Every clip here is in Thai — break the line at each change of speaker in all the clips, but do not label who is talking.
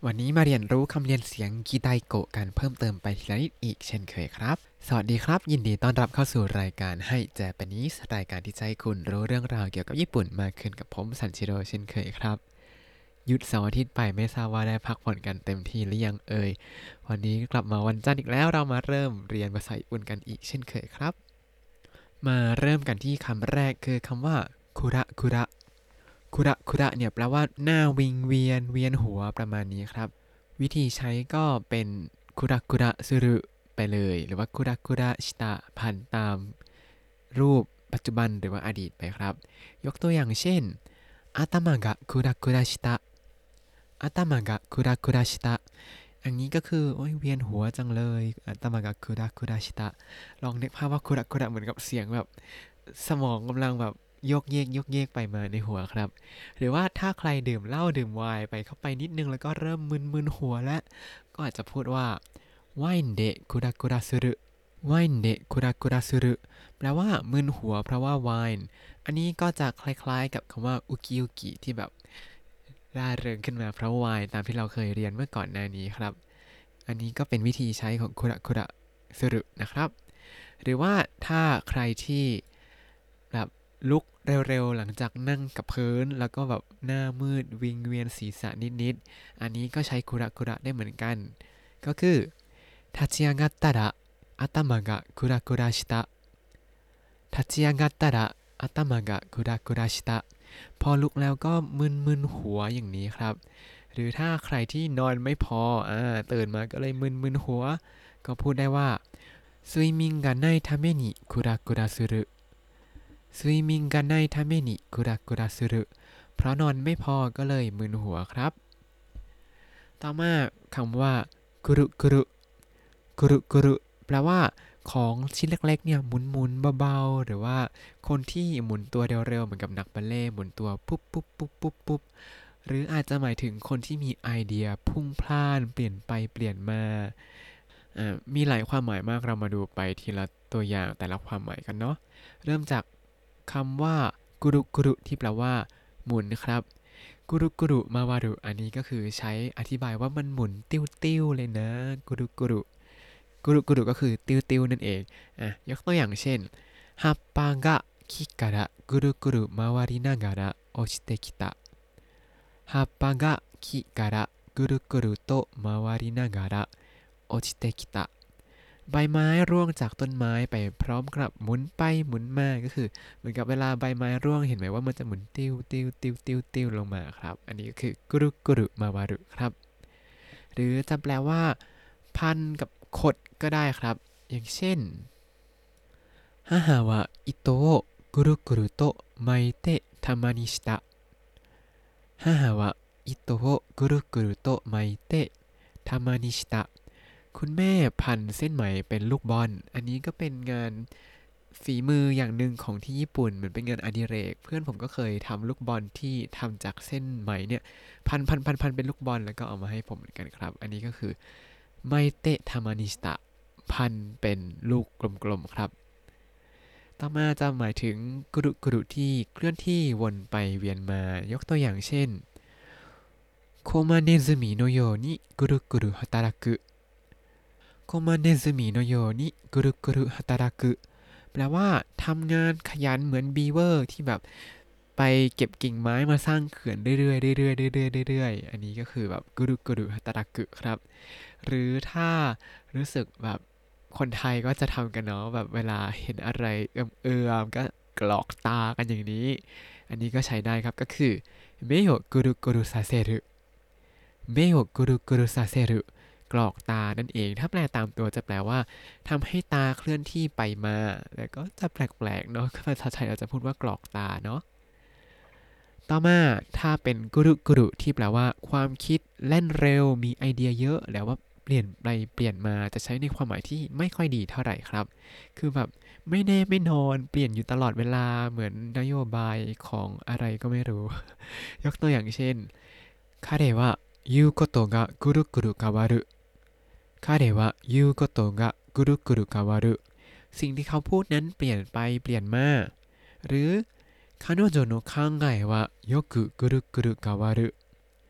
วันนี้มาเรียนรู้คำเรียนเสียงกีไดโกะกันเพิ่มเติมไปทีละนิดอีกเช่นเคยครับสวัสดีครับยินดีต้อนรับเข้าสู่รายการให้เจแปนิสรายการที่จะให้คุณรู้เรื่องราวเกี่ยวกับญี่ปุ่นมากขึ้นกับผมซันชิโร่เช่นเคยครับหยุดเสาร์อาทิตย์ไปไม่ทราบว่าได้พักผ่อนกันเต็มที่หรือยังวันนี้กลับมาวันจันทร์อีกแล้วเรามาเริ่มเรียนภาษาญี่ปุ่นกันอีกเช่นเคยครับมาเริ่มกันที่คำแรกคือคำว่าคุระคุระคุระคุระเนี่ยแปลว่าหน้าวิงเวียนเวียนหัวประมาณนี้ครับวิธีใช้ก็เป็นคุระคุระซึรุไปเลยหรือว่าคุระคุระชิตะพันตามรูปปัจจุบันหรือว่าอดีตไปครับยกตัวอย่างเช่นอาตามะกะคุระคุระชิตะอาตามะกะคุระคุระชิตะอันนี้ก็คือโอ้ยเวียนหัวจังเลยอาตามะกะคุระคุระชิตะลองนึกภาพว่าคุระคุระเหมือนกับเสียงแบบสมองกำลังแบบโยกเยกโยกเยกไปมาในหัวครับหรือว่าถ้าใครดื่มเหล้าดื่มไวน์ไปเข้าไปนิดนึงแล้วก็เริ่มมึนๆหัวแล้วก็อาจจะพูดว่าไวน์เดะคุระคุระซึรุไวน์เดะคุระคุระซึรุแปลว่ามึนหัวเพราะว่าไวน์อันนี้ก็จะคล้ายๆกับคำว่าอุกิอุกิที่แบบร่าเริงขึ้นมาเพราะไวน์ตามที่เราเคยเรียนเมื่อก่อนหน้านี้ครับอันนี้ก็เป็นวิธีใช้ของคุระคุระซึรุนะครับหรือว่าถ้าใครที่แบบลุกเร็วๆหลังจากนั่งกับพื้นแล้วก็แบบหน้ามืดวิงเวียนศีรษะนิดๆอันนี้ก็ใช้คุระคุระได้เหมือนกันก็คือ立ち上がったら頭がクラクラした立ち上がったら頭がクラクラしたพอลุกแล้วก็มึนๆหัวอย่างนี้ครับหรือถ้าใครที่นอนไม่พอตื่นมาก็เลยมึนๆหัวก็พูดได้ว่า睡眠がないためにクラクラする睡眠がないためにクラクラするเพราะนอนไม่พอก็เลยมึนหัวครับต่อมาคำว่ากุรุกุรุกุรุกุรุแปลว่าของชิ้นเล็กๆเนี่ยหมุนๆเบาๆหรือว่าคนที่หมุนตัวเร็วๆเหมือนกับนักบัลเล่ต์หมุนตัวปุ๊บปุ๊บปุ๊บปุ๊บปุ๊บหรืออาจจะหมายถึงคนที่มีไอเดียพุ่งพล่านเปลี่ยนไปเปลี่ยนมามีหลายความหมายมากเรามาดูไปทีละตัวอย่างแต่ละความหมายกันเนาะเริ่มจากคำว่ากุรุกุรุที่แปลว่าหมุนครับกุรุกุรุมาวารุอันนี้ก็คือใช้อธิบายว่ามันหมุนติ้วๆเลยนะกุรุกุรุกุรุกุรุก็คือติ้วๆนั่นเองยกตัวอย่างเช่น葉っぱが木からぐるぐる回りながら落ちてきた葉っぱが木からぐるぐると回りながら落ちてきたใบไม้ร่วงจากต้นไม้ไปพร้อมกับหมุนไปหมุนมาก็คือเหมือนกับเวลาใบไม้ร่วงเห็นไหมว่ามันจะหมุนติ้วติ้วติ้วติ้วติ้วลงมาครับอันนี้ก็คือกุรุกุรุมาวารุครับหรือจะแปลว่าพันกับขดก็ได้ครับอย่างเช่น母は糸をぐるぐると巻いて玉にした母は糸をぐるぐると巻いて玉にしたคุณแม่พันเส้นไหมเป็นลูกบอลอันนี้ก็เป็นงานฝีมืออย่างหนึ่งของที่ญี่ปุ่นเหมือนเป็นงานอดิเรกเพื่อนผมก็เคยทำลูกบอลที่ทำจากเส้นไหมเนี่ยพันเป็นลูกบอลแล้วก็เอามาให้ผมเหมือนกันครับอันนี้ก็คือไมเตะทามานิสตะพันเป็นลูกกลมๆครับต่อมาจะหมายถึงกุรุกุรุที่เคลื่อนที่วนไปเวียนมายกตัวอย่างเช่นโคมาเนซึมิโนโยนิกุรุกุรุฮาตาระกุโคมาเนซึมิโนโยนิกุรุกุรุฮาตาระกุแปลว่าทำงานขยันเหมือนบีเวอร์ที่แบบไปเก็บกิ่งไม้มาสร้างเขื่อนเรื่อยๆเรื่อยๆเรื่อยๆเรื่อยๆอันนี้ก็คือแบบกุรุกุรุฮาตาระกุครับหรือถ้ารู้สึกแบบคนไทยก็จะทำกันเนาะแบบเวลาเห็นอะไรเอื่อมๆก็กรอกตากันอย่างนี้อันนี้ก็ใช้ได้ครับก็คือเมโยกุรุกุรุซาเซรุเมโยกุรุกุรุซาเซรุกรอกตานั่นเองถ้าแปลตามตัวจะแปลว่าทำให้ตาเคลื่อนที่ไปมาแล้วก็จะแปลกๆเนาะภาษาไทยเราจะพูดว่ากรอกตาเนาะต่อมาถ้าเป็นกุรุกุรุที่แปลว่าความคิดเล่นเร็วมีไอเดียเยอะแล้วว่าเปลี่ยนไปเปลี่ยนมาจะใช้ในความหมายที่ไม่ค่อยดีเท่าไหร่ครับคือแบบไม่แน่ไม่นอนเปลี่ยนอยู่ตลอดเวลาเหมือนนโยบายของอะไรก็ไม่รู้ยกตัวอย่างเช่น彼は言うことがぐるぐる変わる彼は言うことがぐるぐる変わるสิ่งที่เขาพูดนั้นเปลี่ยนไปเปลี่ยนมาหรือ彼女の考えはよくぐるぐる変わる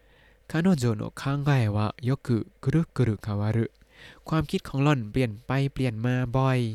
彼女の考えはよくぐるぐる変わるความคิดของหล่อนเปลี่ยนไปเปลี่ยนมาบ่อย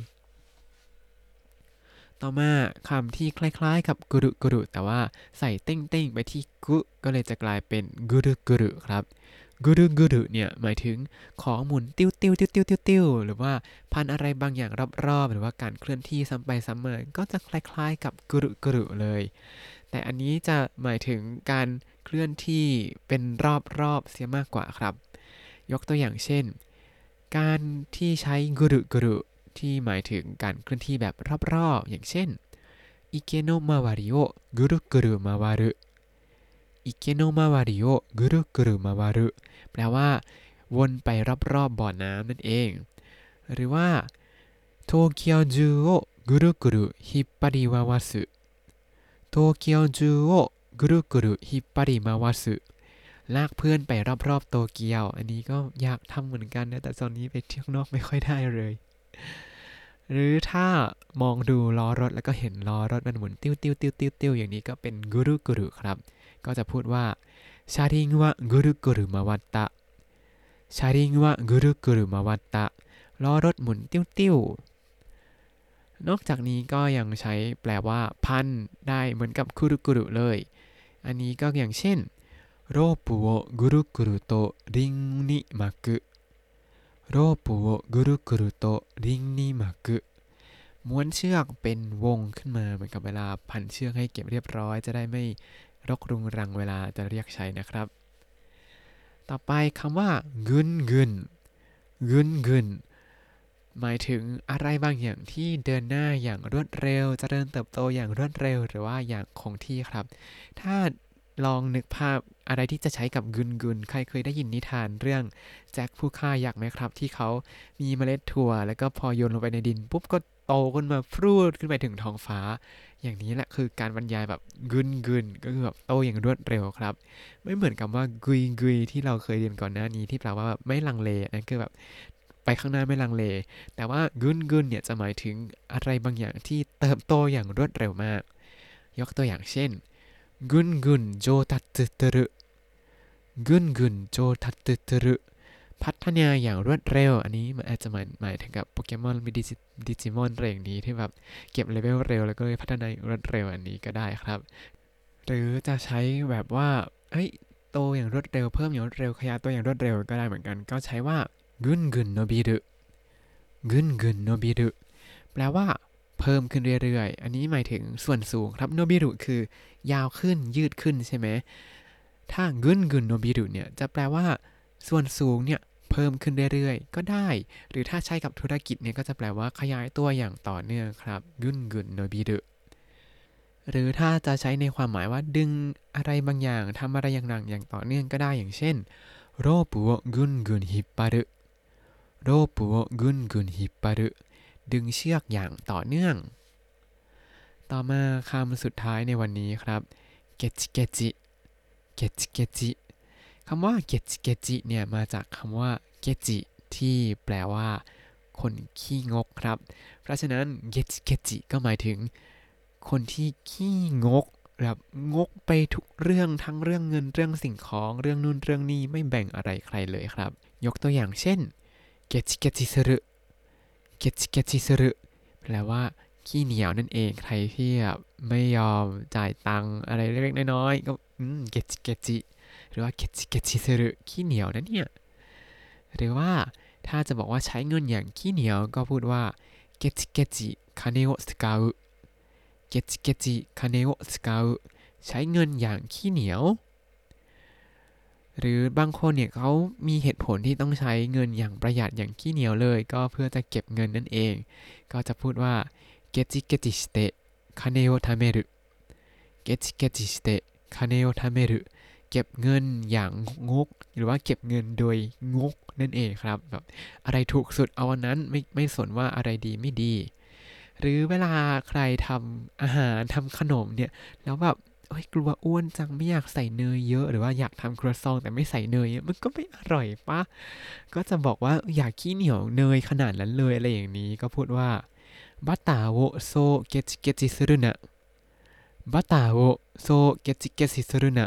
ต่อมาคำที่คล้ายๆกับกุรุกุรุแต่ว่าใส่เต้งๆไปที่กุก็เลยจะกลายเป็นกุรุกุรุครับกุรุกุรุเนี่ยหมายถึงของหมุนติ้วติ้วติ้วติ้วติ้วติ้วหรือว่าพันอะไรบางอย่างรอบๆหรือว่าการเคลื่อนที่ซ้ำไปซ้ำมาก็จะคล้ายๆกับกุรุกุรุเลยแต่อันนี้จะหมายถึงการเคลื่อนที่เป็นรอบๆเสียมากกว่าครับยกตัวอย่างเช่นการที่ใช้กุรุกุรุที่หมายถึงการเคลื่อนที่แบบรอบๆอย่างเช่นอิเกโนะมาวาริโอกุรุกุรุมาวารุอิเกโนะมาวาริโอกุรุกุรุมาวารุแปลว่าวนไปรอบๆบ่อน้ำนั่นเองหรือว่าโตเกียวจูโอกุรุกุรุฮิปปาริวาวาสึโตเกียวจูโอกุรุกุรุฮิปปาริมาวาสึลากเพื่อนไปรอบๆโตเกียวอันนี้ก็อยากทำเหมือนกันนะแต่ตอนนี้ไปเที่ยวนอกไม่ค่อยได้เลยหรือถ้ามองดูล้อรถแล้วก็เห็นล้อรถมันหมุนติ้วติ้วติ้วติ้วติ้วอย่างนี้ก็เป็นกุรุกุรุครับก็จะพูดว่าชาริงวะกุรุกุรุมาวัตตะชาริงวะกุรุกุรุมาวัตตะล้อรถหมุนติ้วติ้วนอกจากนี้ก็ยังใช้แปลว่าพันได้เหมือนกับกุรุกุรุเลยอันนี้ก็อย่างเช่นโรปุโอกุรุกุรุโตริงนิมักุโรปุโอกุรุกุรุโตริงนิมักุม้วนเชือกเป็นวงขึ้นมาเหมือนกับเวลาพันเชือกให้เก็บเรียบร้อยจะได้ไม่รกรุงรังเวลาจะเรียกใช้นะครับต่อไปคำว่ากุนกุนกุนกุนหมายถึงอะไรบางอย่างที่เดินหน้าอย่างรวดเร็วเจริญเติบโตอย่างรวดเร็วหรือว่าอย่างคงที่ครับถ้าลองนึกภาพอะไรที่จะใช้กับกุนกุนใครเคยได้ยินนิทานเรื่องแจ็คผู้ฆ่ายักษ์ไหมครับที่เขามีเมล็ดถั่วแล้วก็พอโยนลงไปในดินปุ๊บก็โตขึ้นมาพรูดขึ้นไปถึงท้องฟ้าอย่างนี้แหละคือการบรรยายแบบกุนกุนก็คือแบบโตอย่างรวดเร็วครับไม่เหมือนกับว่ากุยกุยที่เราเคยเรียนก่อนหน้านี้ที่แปลว่าแบบไม่ลังเลนั่นคือแบบไปข้างหน้าไม่ลังเลแต่ว่ากุนกุนเนี่ยจะหมายถึงอะไรบางอย่างที่เติบโตอย่างรวดเร็วมากยกตัวอย่างเช่นกุนกุนโจตัตสึเตรุกุนกุนโจตัตสึเตรุพัฒนาอย่างรวดเร็วอันนี้มันอาจจะหมายถึงกับโปเกมอนดิจิมอนอะไรอย่างนี้ที่แบบเก็บเลเวลเร็วแล้วก็เลยพัฒนารวดเร็วอันนี้ก็ได้ครับหรือจะใช้แบบว่าเฮ้ยโตอย่างรวดเร็วเพิ่มอย่างรวดเร็วขยายตัวอย่างรวดเร็วก็ได้เหมือนกันก็ใช้ว่ากุนกุนโนบิรุกุนกุนโนบิรุแปลว่าเพิ่มขึ้นเรื่อยๆอันนี้หมายถึงส่วนสูงครับโนบิรุคือยาวขึ้นยืดขึ้นใช่ไหมถ้ากุนกุนโนบิรุเนี่ยจะแปลว่าส่วนสูงเนี่ยเพิ่มขึ้นเรื่อยๆก็ได้หรือถ้าใช้กับธุรกิจเนี่ยก็จะแปลว่าขยายตัวอย่างต่อเนื่องครับกุนกุนโนบิรุหรือถ้าจะใช้ในความหมายว่าดึงอะไรบางอย่างทำอะไรอย่างหนักอย่างต่อเนื่องก็ได้อย่างเช่นโรปุโอกุนกุนฮิปปารุโรปุโอกุนกุนฮิปปารุดึงเชือกอย่างต่อเนื่องต่อมาคำสุดท้ายในวันนี้ครับเกจิเกจิเกจิเกจิคำว่าเกจิเกจิเนี่ยมาจากคำว่าเกจิที่แปลว่าคนขี้งกครับเพราะฉะนั้นเกจิเกจิก็หมายถึงคนที่ขี้งกแบบงกไปทุกเรื่องทั้งเรื่องเงินเรื่องสิ่งของเรื่องนู่นเรื่องนี้ไม่แบ่งอะไรใครเลยครับยกตัวอย่างเช่นเกจิเกจิสึรุเกจิเกจิสึรุแปลว่าขี้เหนียวนั่นเองใครที่แบบไม่ยอมจ่ายตังค์อะไรเล็กๆน้อยๆก็เกจิเกจิหรือว่าเกจิเกจิสึรุขี้เหนียวนะเนี่ยหรือว่าถ้าจะบอกว่าใช้เงินอย่างขี้เหนียวก็พูดว่าเกจิเกจิคาเนโอสึกาอุเกจิเกจิคาเนโอสึกาอุใช้เงินอย่างขี้เหนียวหรือบางคนเนี่ยเขามีเหตุผลที่ต้องใช้เงินอย่างประหยัดอย่างขี้เหนียวเลยก็เพื่อจะเก็บเงินนั่นเองก็จะพูดว่าเกจิเกจิสเตะคาเนโอทาเมรุเกจิเกจิสเตะคาเนโอทาเมรุเก็บเงินอย่างงกหรือว่าเก็บเงินโดยงกนั่นเองครับแบบอะไรถูกสุดเอาอันนั้นไม่สนว่าอะไรดีไม่ดีหรือเวลาใครทำอาหารทำขนมเนี่ยแล้วแบบกลัวอ้วนจังไม่อยากใส่เนยเยอะหรือว่าอยากทำครัวซองแต่ไม่ใส่เนยมันก็ไม่อร่อยปะก็จะบอกว่าอยากขี้เหนียวเนยขนาดนั้นเลยอะไรอย่างนี้ก็พูดว่าบัตตาโวโซเกจิเกจิสึรุนะบัตตาโวโซเกจิเกจิสึรุนะ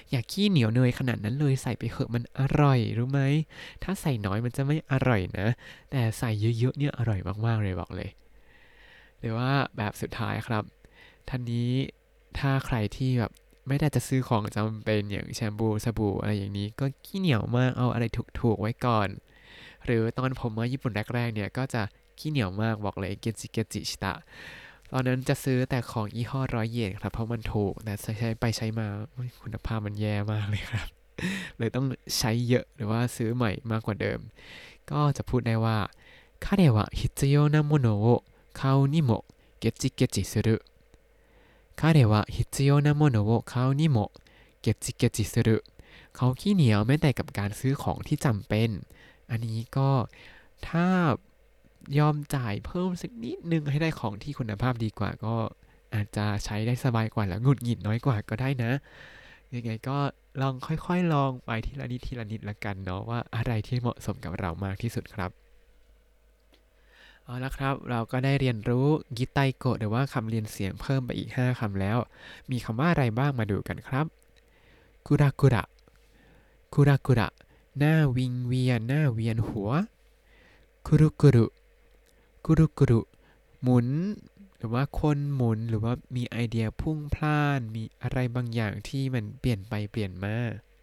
อย่าขี้เหนียวเนยขนาดนั้นเลยใส่ไปเถอะมันอร่อยรู้ไหมถ้าใส่น้อยมันจะไม่อร่อยนะแต่ใส่เยอะๆเนี่ยอร่อยมากๆเลยบอกเลยหรือว่าแบบสุดท้ายครับท่านนี้ถ้าใครที่แบบไม่ได้จะซื้อของจำเป็นอย่างแชมพูสบู่อะไรอย่างนี้ก็ขี้เหนียวมากเอาอะไรถูกๆไว้ก่อนหรือตอนผมมาญี่ปุ่นแรกๆเนี่ยก็จะขี้เหนียวมากบอกเลยเกจิเกจิชิตะตอนนั้นจะซื้อแต่ของยี่ห้อ100 เยนครับเพราะมันถูกแต่ใช้ไปใช้มาคุณภาพมันแย่มากเลยครับเลยต้องใช้เยอะหรือว่าซื้อใหม่มากกว่าเดิมก็จะพูดได้ว่า彼は必要なものを買うにもケチケチする彼は必要なものを買うにもケチケチするเขาขี้เหนียวแม้แต่กับการซื้อของที่จำเป็นอันนี้ก็ถ้ายอมจ่ายเพิ่มสักนิดนึงให้ได้ของที่คุณภาพดีกว่าก็อาจจะใช้ได้สบายกว่าแล้วหงุดหงิดน้อยกว่าก็ได้นะยังไงก็ลองค่อยๆลองไปทีละนิดทีละนิดละกันเนาะว่าอะไรที่เหมาะสมกับเรามากที่สุดครับเอาละครับเราก็ได้เรียนรู้กิไตโกะหรือว่าคำเรียนเสียงเพิ่มไปอีก5คำแล้วมีคำว่าอะไรบ้างมาดูกันครับกุระกุระกุระกุระหน้าวิงเวียนหน้าเวียนหัวกุรุกุรุกุรุกุรุหมุนหรือว่าคนหมุนหรือว่ามีไอเดียพุ่งพล่านมีอะไรบางอย่างที่มันเปลี่ยนไปเปลี่ยนมา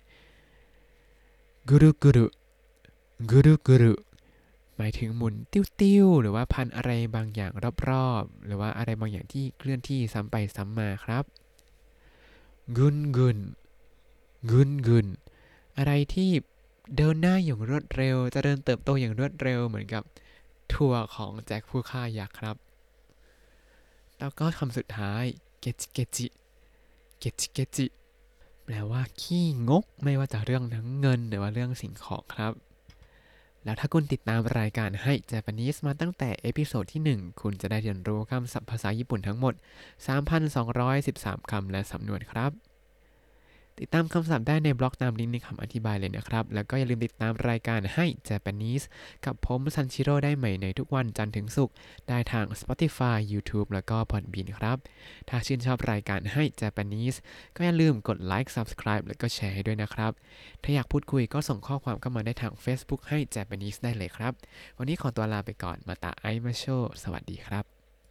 กุรุกุรุกุรุกุรุหมายถึงหมุนติ้วๆหรือว่าพันอะไรบางอย่างรอบๆหรือว่าอะไรบางอย่างที่เคลื่อนที่ซ้ำไปซ้ำมาครับกุนกุนกุนกุนอะไรที่เดินหน้าอย่างรวดเร็วจะเดินเติบโตอย่างรวดเร็วเหมือนกับทัวร์ของแจ็คผู้ฆ่ายักษ์ครับแล้วก็คำสุดท้ายเกจิเกจิเกจิเกจิแปลว่าขี้งกไม่ว่าจะเรื่องทั้งเงินหรือว่าเรื่องสิ่งของครับแล้วถ้าคุณติดตามรายการให้ Japanese มาตั้งแต่เอพิโซดที่1คุณจะได้เรียนรู้คำศัพท์ภาษาญี่ปุ่นทั้งหมด 3,213 คำและสำนวนครับติดตามคำศัพท์ได้ในบล็อกตามลิงก์ในคำอธิบายเลยนะครับแล้วก็อย่าลืมติดตามรายการให้ Japanese กับผมซันชิโร่ได้ใหม่ในทุกวันจันทร์ถึงศุกร์ได้ทาง Spotify YouTube แล้วก็ Podbean ครับถ้าชื่นชอบรายการให้ Japanese ก็อย่าลืมกดไลค์ Subscribe แล้วก็แชร์ให้ด้วยนะครับถ้าอยากพูดคุยก็ส่งข้อความเข้ามาได้ทาง Facebook ให้ Japanese ได้เลยครับวันนี้ขอตัวลาไปก่อนมาตาไอมาโชสวัสดีครับ